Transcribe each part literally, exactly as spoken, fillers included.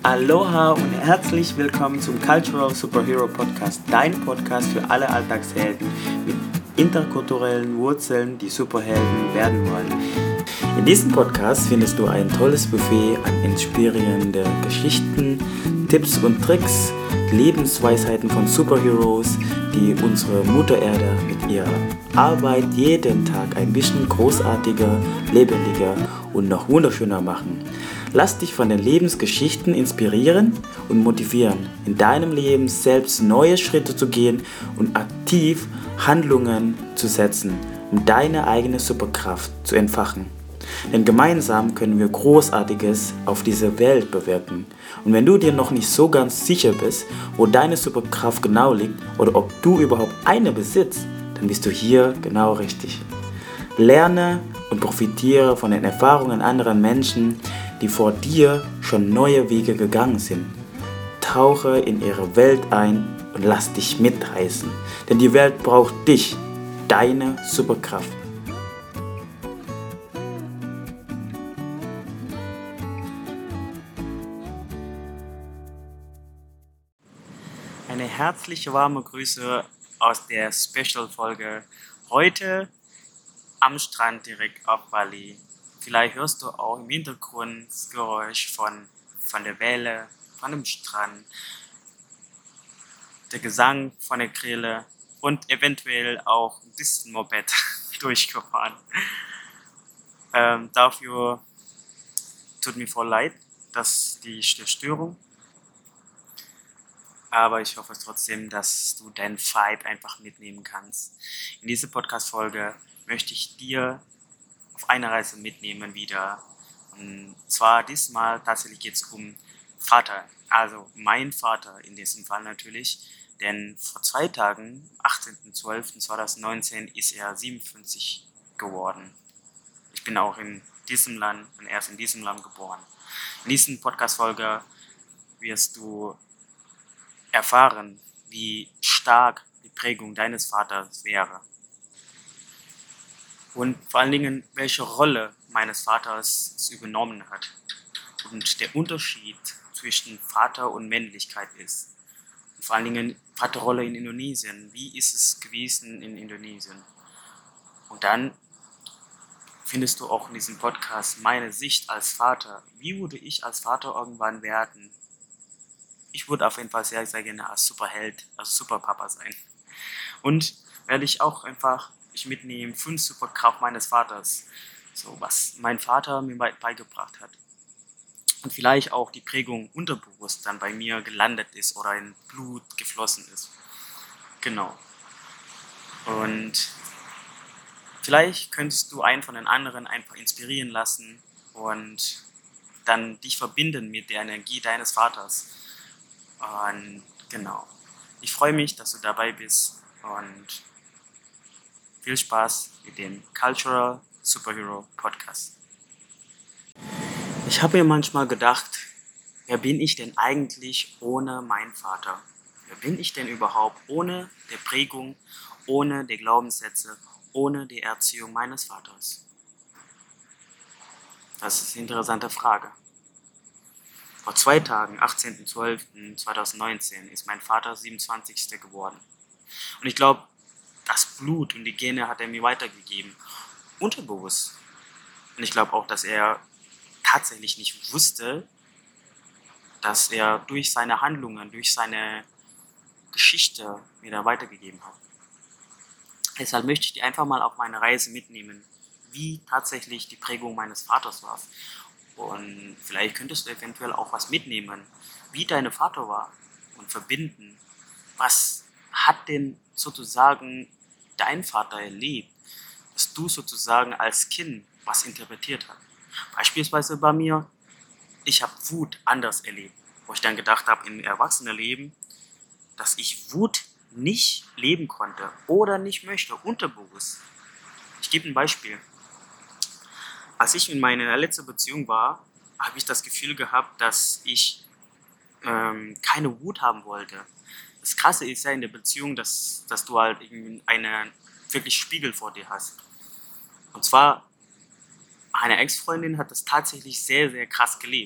Aloha und herzlich willkommen zum Cultural Superhero Podcast, dein Podcast für alle Alltagshelden mit interkulturellen Wurzeln, die Superhelden werden wollen. In diesem Podcast findest du ein tolles Buffet an inspirierenden Geschichten, Tipps und Tricks, Lebensweisheiten von Superheroes, die unsere Mutter Erde mit ihrer Arbeit jeden Tag ein bisschen großartiger, lebendiger und noch wunderschöner machen. Lass dich von den Lebensgeschichten inspirieren und motivieren, in deinem Leben selbst neue Schritte zu gehen und aktiv Handlungen zu setzen, um deine eigene Superkraft zu entfachen. Denn gemeinsam können wir Großartiges auf dieser Welt bewirken. Und wenn du dir noch nicht so ganz sicher bist, wo deine Superkraft genau liegt oder ob du überhaupt eine besitzt, dann bist du hier genau richtig. Lerne und profitiere von den Erfahrungen anderer Menschen, die vor dir schon neue Wege gegangen sind. Tauche in ihre Welt ein und lass dich mitreißen. Denn die Welt braucht dich, deine Superkraft. Eine herzliche warme Grüße aus der Special-Folge heute am Strand direkt auf Bali. Vielleicht hörst du auch im Hintergrund das Geräusch von, von der Welle, von dem Strand, der Gesang von der Grille und eventuell auch ein bisschen Moped durchgefahren. Ähm, dafür tut mir voll leid, dass die Störung. Aber ich hoffe trotzdem, dass du deinen Vibe einfach mitnehmen kannst. In dieser Podcast-Folge möchte ich dir auf eine Reise mitnehmen wieder. Und zwar diesmal tatsächlich geht es um Vater, also mein Vater in diesem Fall natürlich. Denn vor zwei Tagen, achtzehnten zwölften zweitausendneunzehn, ist er siebenundfünfzig geworden. Ich bin auch in diesem Land und er ist in diesem Land geboren. In dieser Podcast-Folge wirst du erfahren, wie stark die Prägung deines Vaters wäre. Und vor allen Dingen, welche Rolle meines Vaters es übernommen hat. Und der Unterschied zwischen Vater und Männlichkeit ist. Und vor allen Dingen Vaterrolle in Indonesien. Wie ist es gewesen in Indonesien? Und dann findest du auch in diesem Podcast meine Sicht als Vater. Wie würde ich als Vater irgendwann werden? Ich würde auf jeden Fall sehr, sehr gerne als Superheld, als Superpapa sein. Und werde ich auch einfach ich mitnehmen, fünf Superkraft meines Vaters, so was mein Vater mir beigebracht hat. Und vielleicht auch die Prägung unterbewusst dann bei mir gelandet ist oder in Blut geflossen ist. Genau. Und vielleicht könntest du einen von den anderen einfach inspirieren lassen und dann dich verbinden mit der Energie deines Vaters. Und genau. Ich freue mich, dass du dabei bist und viel Spaß mit dem Cultural Superhero Podcast. Ich habe mir manchmal gedacht, wer bin ich denn eigentlich ohne meinen Vater? Wer bin ich denn überhaupt ohne die Prägung, ohne die Glaubenssätze, ohne die Erziehung meines Vaters? Das ist eine interessante Frage. Vor zwei Tagen, achtzehnten zwölften zweitausendneunzehn, ist mein Vater siebenundzwanzigster geworden. Und ich glaube, das Blut und die Gene hat er mir weitergegeben, unterbewusst. Und ich glaube auch, dass er tatsächlich nicht wusste, dass er durch seine Handlungen, durch seine Geschichte mir da weitergegeben hat. Deshalb möchte ich dir einfach mal auf meine Reise mitnehmen, wie tatsächlich die Prägung meines Vaters war. Und vielleicht könntest du eventuell auch was mitnehmen, wie dein Vater war und verbinden. Was hat denn sozusagen dein Vater erlebt, dass du sozusagen als Kind was interpretiert hast? Beispielsweise bei mir, ich habe Wut anders erlebt, wo ich dann gedacht habe im Erwachsenenleben, dass ich Wut nicht leben konnte oder nicht möchte, unterbewusst. Ich gebe ein Beispiel. Als ich in meiner letzten Beziehung war, habe ich das Gefühl gehabt, dass ich ähm, keine Wut haben wollte. Das Krasse ist ja in der Beziehung, dass, dass du halt einen wirklich Spiegel vor dir hast. Und zwar, meine Ex-Freundin hat das tatsächlich sehr, sehr krass gelebt.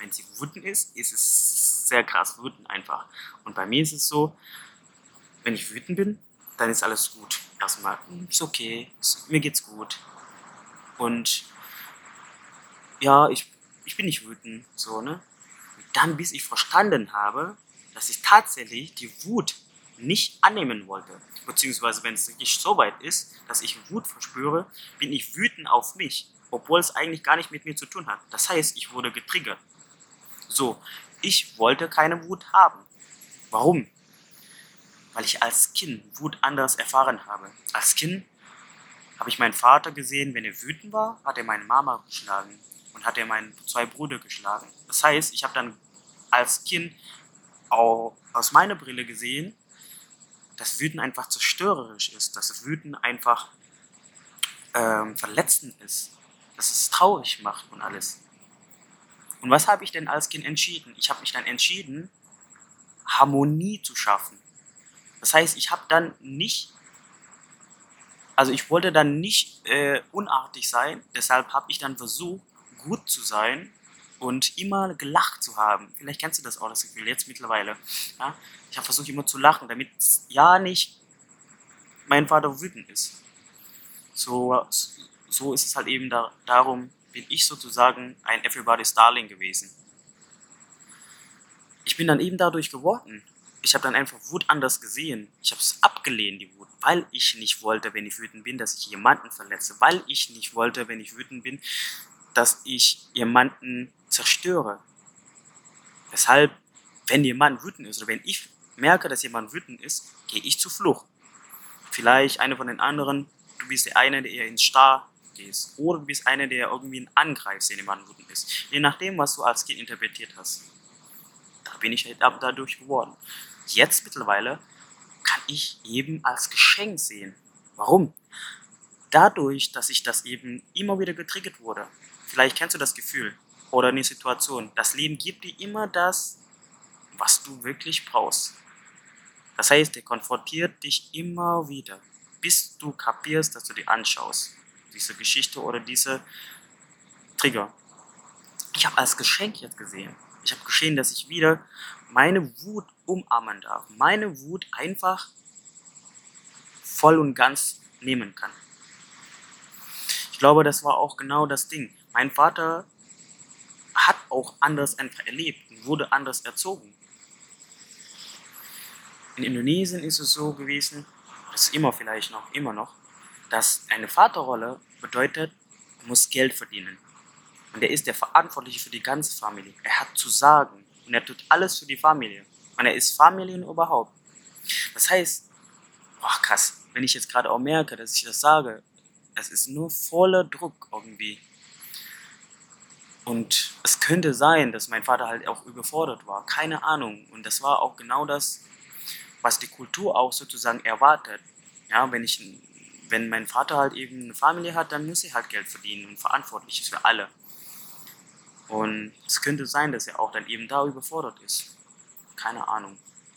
wenn sie wütend ist, ist es sehr krass wütend einfach. Und bei mir ist es so, wenn ich wütend bin, dann ist alles gut. Erstmal, hm, ist okay, ist, mir geht's gut. Und ja, ich, ich bin nicht wütend, so, ne? Und dann, bis ich verstanden habe, dass ich tatsächlich die Wut nicht annehmen wollte. Beziehungsweise, wenn es wirklich so weit ist, dass ich Wut verspüre, bin ich wütend auf mich, obwohl es eigentlich gar nicht mit mir zu tun hat. Das heißt, ich wurde getriggert. So, ich wollte keine Wut haben. Warum? Weil ich als Kind Wut anders erfahren habe. Als Kind habe ich meinen Vater gesehen, wenn er wütend war, hat er meine Mama geschlagen und hat er meinen zwei Brüder geschlagen. Das heißt, ich habe dann als Kind auch aus meiner Brille gesehen, dass Wüten einfach zerstörerisch ist, dass Wüten einfach ähm, verletzend ist, dass es traurig macht und alles. Und was habe ich denn als Kind entschieden? Ich habe mich dann entschieden, Harmonie zu schaffen. Das heißt, ich habe dann nicht, also ich wollte dann nicht äh, unartig sein, deshalb habe ich dann versucht, gut zu sein und immer gelacht zu haben. Vielleicht kennst du das auch, das Gefühl, jetzt mittlerweile. Ja? Ich habe versucht, immer zu lachen, damit ja nicht mein Vater wütend ist. So, so ist es halt eben da, darum, bin ich sozusagen ein Everybody's Darling gewesen. Ich bin dann eben dadurch geworden. Ich habe dann einfach Wut anders gesehen. Ich habe es abgelehnt, die Wut, weil ich nicht wollte, wenn ich wütend bin, dass ich jemanden verletze, weil ich nicht wollte, wenn ich wütend bin, dass ich jemanden zerstöre. Deshalb, wenn jemand wütend ist oder wenn ich merke, dass jemand wütend ist, gehe ich zur Flucht. Vielleicht einer von den anderen, du bist der eine, der eher ins Starr gehst. Oder du bist einer, der irgendwie einen angreift, wenn jemand wütend ist. Je nachdem, was du als Kind interpretiert hast. Da bin ich halt dadurch geworden. Jetzt mittlerweile kann ich eben als Geschenk sehen. Warum? Dadurch, dass ich das eben immer wieder getriggert wurde. Vielleicht kennst du das Gefühl oder eine Situation. Das Leben gibt dir immer das, was du wirklich brauchst. Das heißt, er konfrontiert dich immer wieder, bis du kapierst, dass du dir anschaust. Diese Geschichte oder diese Trigger. Ich habe als Geschenk jetzt gesehen. Ich habe gesehen, dass ich wieder meine Wut umarmen darf. Meine Wut einfach voll und ganz nehmen kann. Ich glaube, das war auch genau das Ding. Mein Vater hat auch anders einfach erlebt und wurde anders erzogen. In Indonesien ist es so gewesen, das ist immer vielleicht noch, immer noch, dass eine Vaterrolle bedeutet, du musst Geld verdienen. Und er ist der Verantwortliche für die ganze Familie. Er hat zu sagen und er tut alles für die Familie. Und er ist Familien überhaupt. Das heißt, boah, krass, wenn ich jetzt gerade auch merke, dass ich das sage, es ist nur voller Druck irgendwie. Und es könnte sein, dass mein Vater halt auch überfordert war. Keine Ahnung. Und das war auch genau das, was die Kultur auch sozusagen erwartet. Ja, wenn ich, wenn mein Vater halt eben eine Familie hat, dann muss er halt Geld verdienen und verantwortlich ist für alle. Und es könnte sein, dass er auch dann eben da überfordert ist. Keine Ahnung.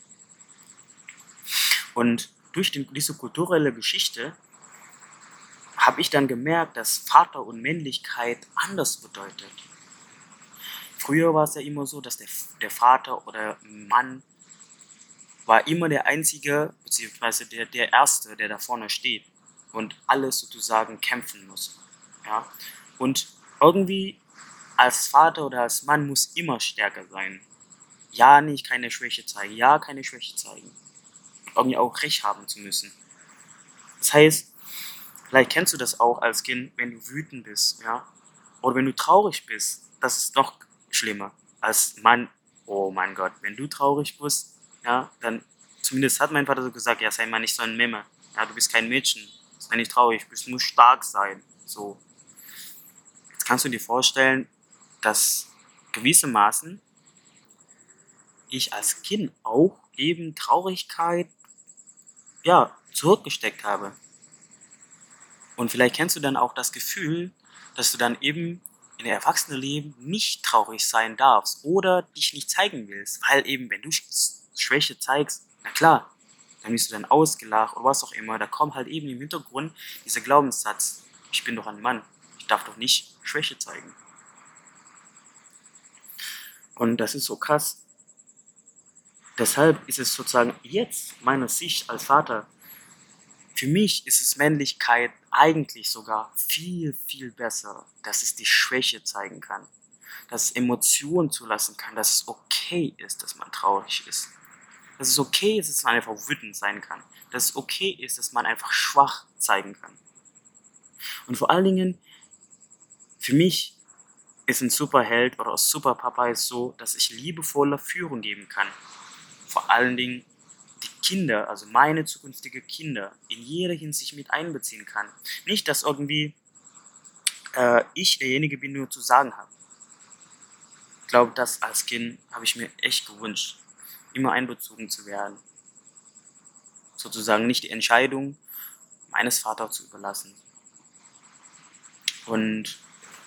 Und durch den, diese kulturelle Geschichte habe ich dann gemerkt, dass Vater und Männlichkeit anders bedeutet. Früher war es ja immer so, dass der, der Vater oder Mann war immer der Einzige, beziehungsweise der, der Erste, der da vorne steht und alles sozusagen kämpfen muss. Ja? Und irgendwie als Vater oder als Mann muss immer stärker sein. Ja, nicht keine Schwäche zeigen. Ja, keine Schwäche zeigen. Irgendwie auch Recht haben zu müssen. Das heißt, vielleicht kennst du das auch als Kind, wenn du wütend bist, ja, oder wenn du traurig bist. Das ist noch schlimmer. Als Mann, oh mein Gott, wenn du traurig bist, ja, dann, zumindest hat mein Vater so gesagt, ja, sei mal nicht so ein Memme. Ja, du bist kein Mädchen. Sei nicht traurig, du musst stark sein. So. Jetzt kannst du dir vorstellen, dass gewissermaßen ich als Kind auch eben Traurigkeit, ja, zurückgesteckt habe. Und vielleicht kennst du dann auch das Gefühl, dass du dann eben in der Erwachsenenleben nicht traurig sein darfst oder dich nicht zeigen willst. Weil eben, wenn du Schwäche zeigst, na klar, dann wirst du dann ausgelacht oder was auch immer. Da kommt halt eben im Hintergrund dieser Glaubenssatz, ich bin doch ein Mann, ich darf doch nicht Schwäche zeigen. Und das ist so krass. Deshalb ist es sozusagen jetzt meine Sicht als Vater. Für mich ist es Männlichkeit eigentlich sogar viel, viel besser, dass es die Schwäche zeigen kann, dass es Emotionen zulassen kann, dass es okay ist, dass man traurig ist, dass es okay ist, dass man einfach wütend sein kann, dass es okay ist, dass man einfach schwach zeigen kann. Und vor allen Dingen, für mich ist ein Superheld oder ein Superpapa ist so, dass ich liebevolle Führung geben kann. Vor allen Dingen die Kinder, also meine zukünftigen Kinder, in jeder Hinsicht mit einbeziehen kann. Nicht, dass irgendwie äh, ich derjenige bin, der nur zu sagen habe. Ich glaube, das als Kind habe ich mir echt gewünscht, immer einbezogen zu werden. Sozusagen nicht die Entscheidung meines Vaters zu überlassen. Und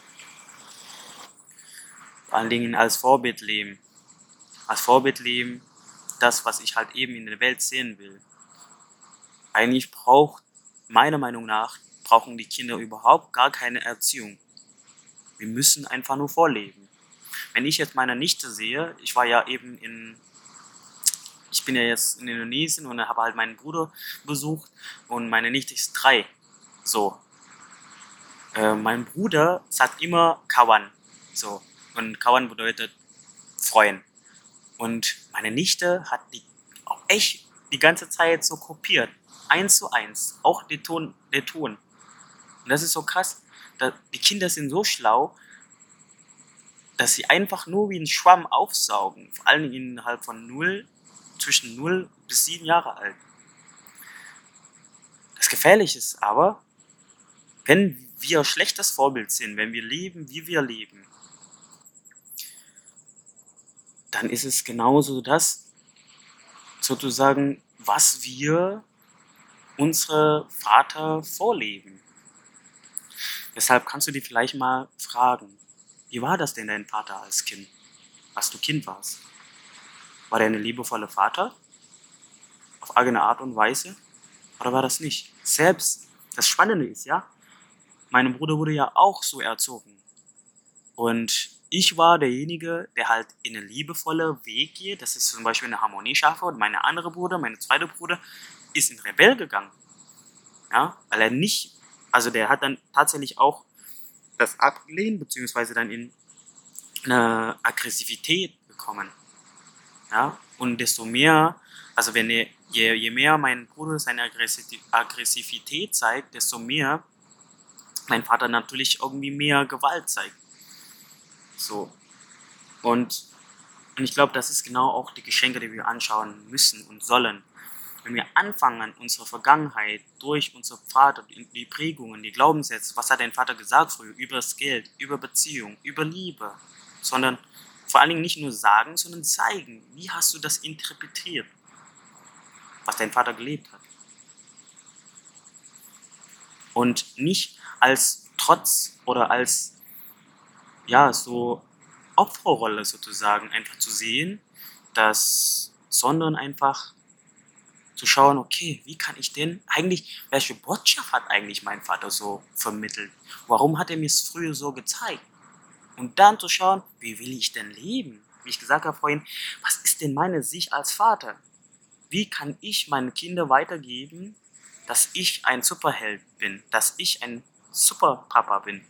vor allen Dingen als Vorbild leben. Als Vorbild leben, das, was ich halt eben in der Welt sehen will. Eigentlich braucht, meiner Meinung nach, brauchen die Kinder überhaupt gar keine Erziehung. Wir müssen einfach nur vorleben. Wenn ich jetzt meine Nichte sehe, ich war ja eben in, ich bin ja jetzt in Indonesien und habe halt meinen Bruder besucht und meine Nichte ist drei. So. Äh, mein Bruder sagt immer Kawan. So. Und Kawan bedeutet freuen. Und meine Nichte hat die auch echt die ganze Zeit so kopiert. Eins zu eins. Auch der Ton. Der Ton. Und das ist so krass. Da, die Kinder sind so schlau, dass sie einfach nur wie ein Schwamm aufsaugen. Vor allem innerhalb von null, zwischen null bis sieben Jahre alt. Das Gefährliche ist aber, wenn wir schlechtes Vorbild sind, wenn wir leben, wie wir leben, dann ist es genauso das, sozusagen, was wir unsere Vater vorleben. Deshalb kannst du dir vielleicht mal fragen, wie war das denn dein Vater als Kind, als du Kind warst? War der ein liebevoller Vater? Auf eigene Art und Weise? Oder war das nicht? Selbst, das Spannende ist ja, mein Bruder wurde ja auch so erzogen. Und ich war derjenige, der halt in einen liebevollen Weg geht, das ist zum Beispiel eine Harmonie schaffe. Und mein anderer Bruder, mein zweiter Bruder, ist in Rebell gegangen. Ja, weil er nicht, also der hat dann tatsächlich auch das abgelehnt, beziehungsweise dann in eine Aggressivität gekommen. Ja, und desto mehr, also wenn er, je, je mehr mein Bruder seine Aggressivität zeigt, desto mehr mein Vater natürlich irgendwie mehr Gewalt zeigt. So. Und, und ich glaube, das ist genau auch die Geschenke, die wir anschauen müssen und sollen. Wenn wir anfangen, unsere Vergangenheit durch unseren Vater, die Prägungen, die Glaubenssätze, was hat dein Vater gesagt früher, über das Geld, über Beziehung, über Liebe, sondern vor allen Dingen nicht nur sagen, sondern zeigen, wie hast du das interpretiert, was dein Vater gelebt hat. Und nicht als Trotz oder als, ja, so Opferrolle sozusagen einfach zu sehen, dass, sondern einfach zu schauen, okay, wie kann ich denn eigentlich, welche Botschaft hat eigentlich mein Vater so vermittelt? Warum hat er mir es früher so gezeigt? Und dann zu schauen, wie will ich denn leben? Wie ich gesagt habe vorhin, was ist denn meine Sicht als Vater? Wie kann ich meinen Kindern weitergeben, dass ich ein Superheld bin, dass ich ein Superpapa bin?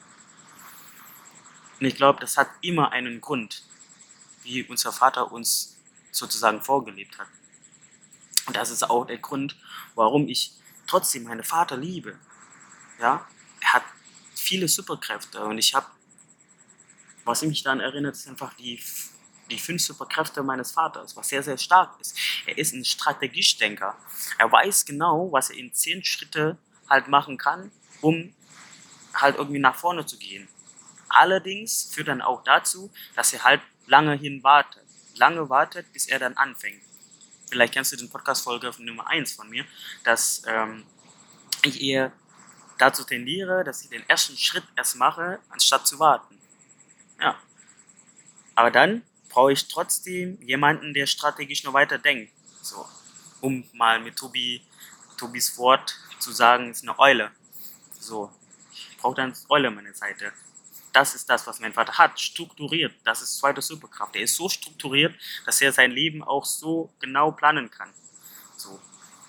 Und ich glaube, das hat immer einen Grund, wie unser Vater uns sozusagen vorgelebt hat. Und das ist auch der Grund, warum ich trotzdem meinen Vater liebe. Ja, er hat viele Superkräfte und ich habe, was mich dann erinnert, ist einfach die, die fünf Superkräfte meines Vaters, was sehr, sehr stark ist. Er ist ein Strategiedenker. Er weiß genau, was er in zehn Schritte halt machen kann, um halt irgendwie nach vorne zu gehen. Allerdings führt dann auch dazu, dass er halt lange hin wartet. Lange wartet, bis er dann anfängt. Vielleicht kennst du den Podcast-Folge Nummer eins von mir, dass ähm, ich eher dazu tendiere, dass ich den ersten Schritt erst mache, anstatt zu warten. Ja. Aber dann brauche ich trotzdem jemanden, der strategisch noch weiter denkt. So, um mal mit Tobi, Tobis Wort zu sagen, ist eine Eule. So, ich brauche dann eine Eule an meiner Seite. das ist das, was mein Vater hat, strukturiert. Das ist zweite Superkraft. Er ist so strukturiert, dass er sein Leben auch so genau planen kann. So.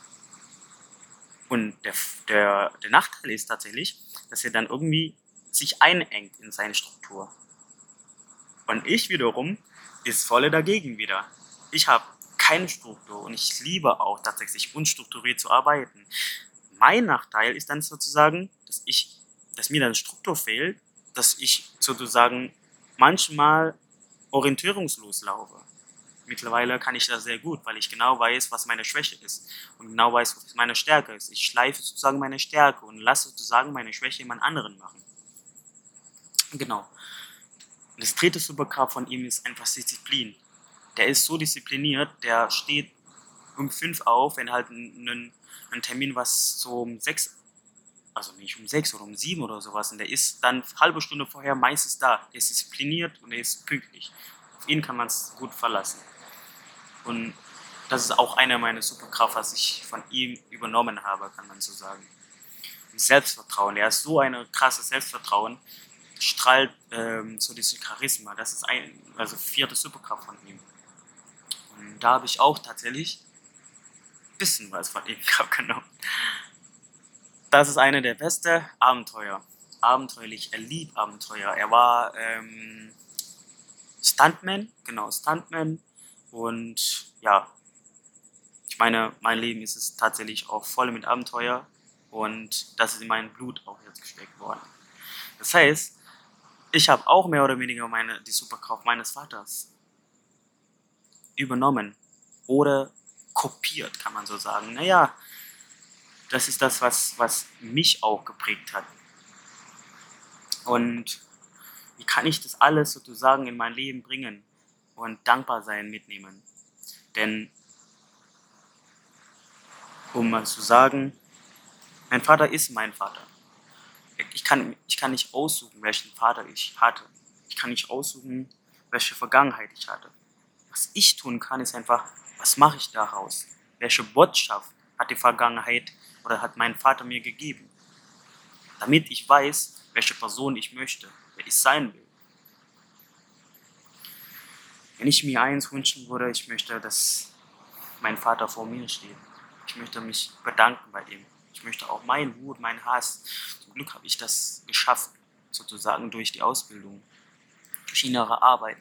Und der, der, der Nachteil ist tatsächlich, dass er dann irgendwie sich einengt in seine Struktur. Und ich wiederum ist volle dagegen wieder. Ich habe keine Struktur und ich liebe auch tatsächlich unstrukturiert zu arbeiten. Mein Nachteil ist dann sozusagen, dass ich, dass mir dann Struktur fehlt, dass ich sozusagen manchmal orientierungslos laufe. Mittlerweile kann ich das sehr gut, weil ich genau weiß, was meine Schwäche ist und genau weiß, was meine Stärke ist. Ich schleife sozusagen meine Stärke und lasse sozusagen meine Schwäche jemand anderen machen. Genau. Und das dritte Superkraft von ihm ist einfach Disziplin. Der ist so diszipliniert, der steht um fünf auf, wenn halt ein, ein Termin was so um sechs, also nicht um sechs oder um sieben oder sowas, und der ist dann eine halbe Stunde vorher meistens da. Der ist diszipliniert und er ist pünktlich. Auf ihn kann man es gut verlassen. Und das ist auch eine meiner Superkraft, was ich von ihm übernommen habe, kann man so sagen. Und Selbstvertrauen, er ist so ein krasses Selbstvertrauen, strahlt ähm, so dieses Charisma. Das ist ein, also vierte Superkraft von ihm. Und da habe ich auch tatsächlich ein bisschen was von ihm genommen. Das ist eine der besten Abenteuer. Abenteuerlich, er liebt Abenteuer. Er war ähm, Stuntman, genau, Stuntman. Und ja, ich meine, mein Leben ist es tatsächlich auch voll mit Abenteuer. Und das ist in mein Blut auch jetzt gesteckt worden. Das heißt, ich habe auch mehr oder weniger meine, die Superkraft meines Vaters übernommen oder kopiert, kann man so sagen. Naja, das ist das, was, was mich auch geprägt hat. Und wie kann ich das alles sozusagen in mein Leben bringen und dankbar sein mitnehmen? Denn, um mal zu sagen, mein Vater ist mein Vater. Ich kann, ich kann nicht aussuchen, welchen Vater ich hatte. Ich kann nicht aussuchen, welche Vergangenheit ich hatte. Was ich tun kann, ist einfach, was mache ich daraus? Welche Botschaft hat die Vergangenheit oder hat mein Vater mir gegeben? Damit ich weiß, welche Person ich möchte, wer ich sein will. Wenn ich mir eins wünschen würde, ich möchte, dass mein Vater vor mir steht. Ich möchte mich bedanken bei ihm. Ich möchte auch meinen Wut, meinen Hass. Zum Glück habe ich das geschafft, sozusagen durch die Ausbildung, durch innere Arbeit.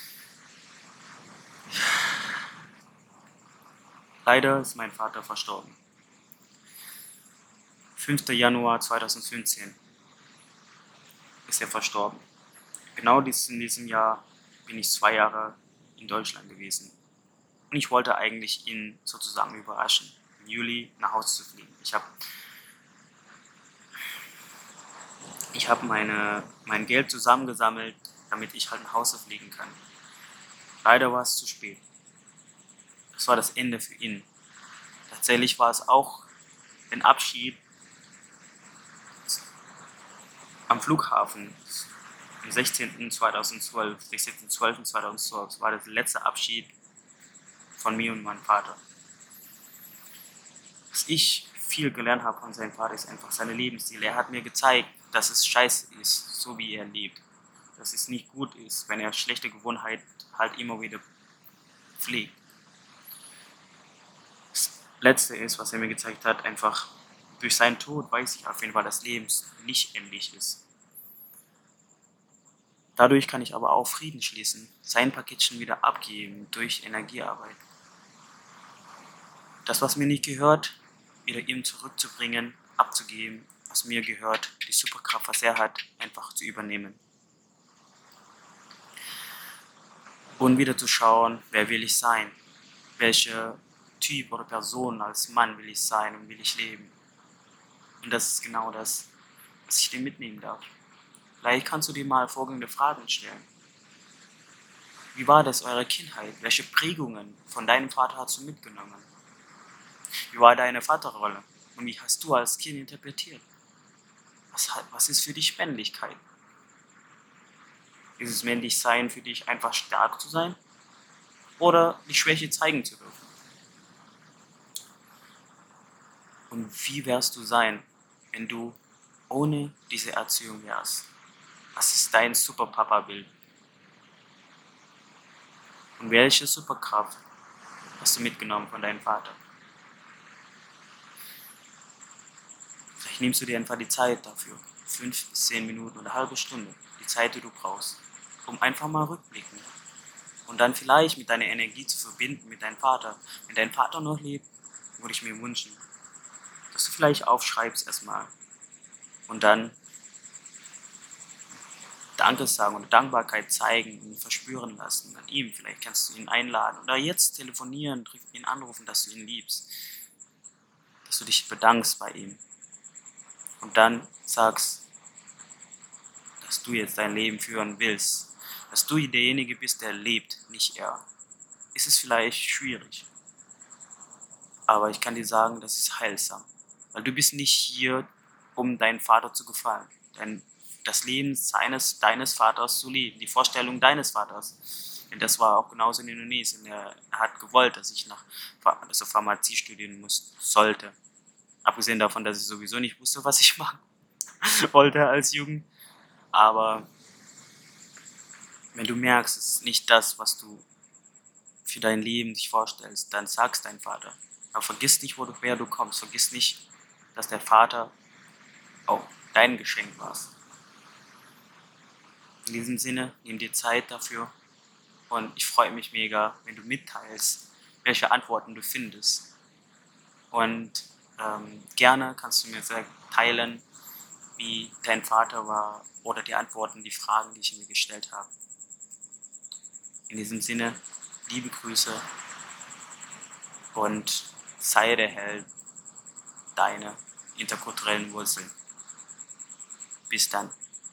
Leider ist mein Vater verstorben. fünfter Januar zweitausendfünfzehn ist er verstorben. Genau in diesem Jahr bin ich zwei Jahre in Deutschland gewesen. Und ich wollte eigentlich ihn sozusagen überraschen, im Juli nach Hause zu fliegen. Ich habe ich hab meine, mein Geld zusammengesammelt, damit ich halt nach Hause fliegen kann. Leider war es zu spät. Das war das Ende für ihn. Tatsächlich war es auch ein Abschied am Flughafen am sechzehnten zweitausendzwölf, sechzehnten zwölften zweitausendzwölf. Das war der letzte Abschied von mir und meinem Vater. Was ich viel gelernt habe von seinem Vater, ist einfach seine Lebensstil. Er hat mir gezeigt, dass es scheiße ist, so wie er lebt. Dass es nicht gut ist, wenn er schlechte Gewohnheiten halt immer wieder pflegt. Das Letzte ist, was er mir gezeigt hat, einfach durch seinen Tod weiß ich auf jeden Fall, dass Leben nicht endlich ist. Dadurch kann ich aber auch Frieden schließen, sein Paketchen wieder abgeben durch Energiearbeit. Das, was mir nicht gehört, wieder ihm zurückzubringen, abzugeben, was mir gehört, die Superkraft, was er hat, einfach zu übernehmen. Und wieder zu schauen, wer will ich sein? Welcher Typ oder Person als Mann will ich sein und will ich leben? Und das ist genau das, was ich dir mitnehmen darf. Vielleicht kannst du dir mal folgende Fragen stellen. Wie war das eure Kindheit? Welche Prägungen von deinem Vater hast du mitgenommen? Wie war deine Vaterrolle? Und wie hast du als Kind interpretiert? Was, was ist für dich Männlichkeit? Ist es männlich sein für dich einfach stark zu sein? Oder die Schwäche zeigen zu dürfen? Und wie wärst du sein, wenn du ohne diese Erziehung wärst? Was ist dein Super-Papa-Bild? Und welche Superkraft hast du mitgenommen von deinem Vater? Vielleicht nimmst du dir einfach die Zeit dafür. Fünf bis zehn Minuten oder eine halbe Stunde. Die Zeit, die du brauchst. Um einfach mal rückblicken. Und dann vielleicht mit deiner Energie zu verbinden mit deinem Vater. Wenn dein Vater noch lebt, würde ich mir wünschen, dass du vielleicht aufschreibst erstmal. Und dann Danke sagen und Dankbarkeit zeigen und verspüren lassen an ihm. Vielleicht kannst du ihn einladen oder jetzt telefonieren, ihn anrufen, dass du ihn liebst. Dass du dich bedankst bei ihm. Und dann sagst, dass du jetzt dein Leben führen willst. Dass du derjenige bist, der lebt, nicht er. Ist es vielleicht schwierig. Aber ich kann dir sagen, das ist heilsam. Weil du bist nicht hier, um deinen Vater zu gefallen. Dein, das Leben seines, deines Vaters zu leben. Die Vorstellung deines Vaters. Denn das war auch genauso in Indonesien. Er, er hat gewollt, dass ich nach dass er Pharmazie studieren muss, sollte. Abgesehen davon, dass ich sowieso nicht wusste, was ich machen wollte als Jugend. Aber wenn du merkst, es ist nicht das, was du für dein Leben dich vorstellst, dann sag's dein Vater. Aber vergiss nicht, wo du, wer du kommst. Vergiss nicht, dass der Vater auch dein Geschenk war. In diesem Sinne, nimm dir Zeit dafür und ich freue mich mega, wenn du mitteilst, welche Antworten du findest. Und ähm, gerne kannst du mir teilen, wie dein Vater war oder die Antworten, die Fragen, die ich mir gestellt habe. In diesem Sinne, liebe Grüße und sei der Held deiner interkulturellen Wurzeln. Bis dann.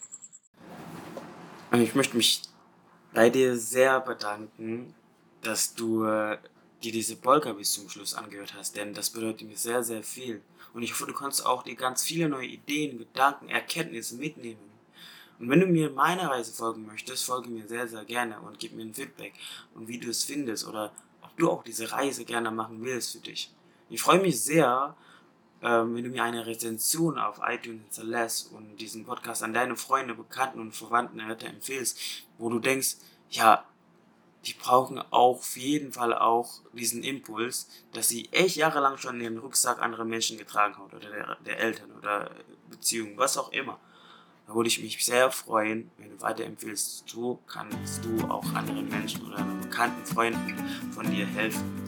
Ich möchte mich bei dir sehr bedanken, dass du äh, dir diese Polka bis zum Schluss angehört hast, denn das bedeutet mir sehr, sehr viel. Und ich hoffe, du kannst auch dir ganz viele neue Ideen, Gedanken, Erkenntnisse mitnehmen. Und wenn du mir meine Reise folgen möchtest, folge mir sehr, sehr gerne und gib mir ein Feedback und wie du es findest oder ob du auch diese Reise gerne machen willst für dich. Ich freue mich sehr, ähm, wenn du mir eine Rezension auf iTunes hinterlässt und diesen Podcast an deine Freunde, Bekannten und Verwandten empfehlst, wo du denkst, ja, die brauchen auch auf jeden Fall auch diesen Impuls, dass sie echt jahrelang schon den Rucksack anderer Menschen getragen haben oder der, der Eltern oder Beziehungen, was auch immer. Da würde ich mich sehr freuen, wenn du weiterempfehlst. So kannst du auch anderen Menschen oder bekannten Freunden von dir helfen.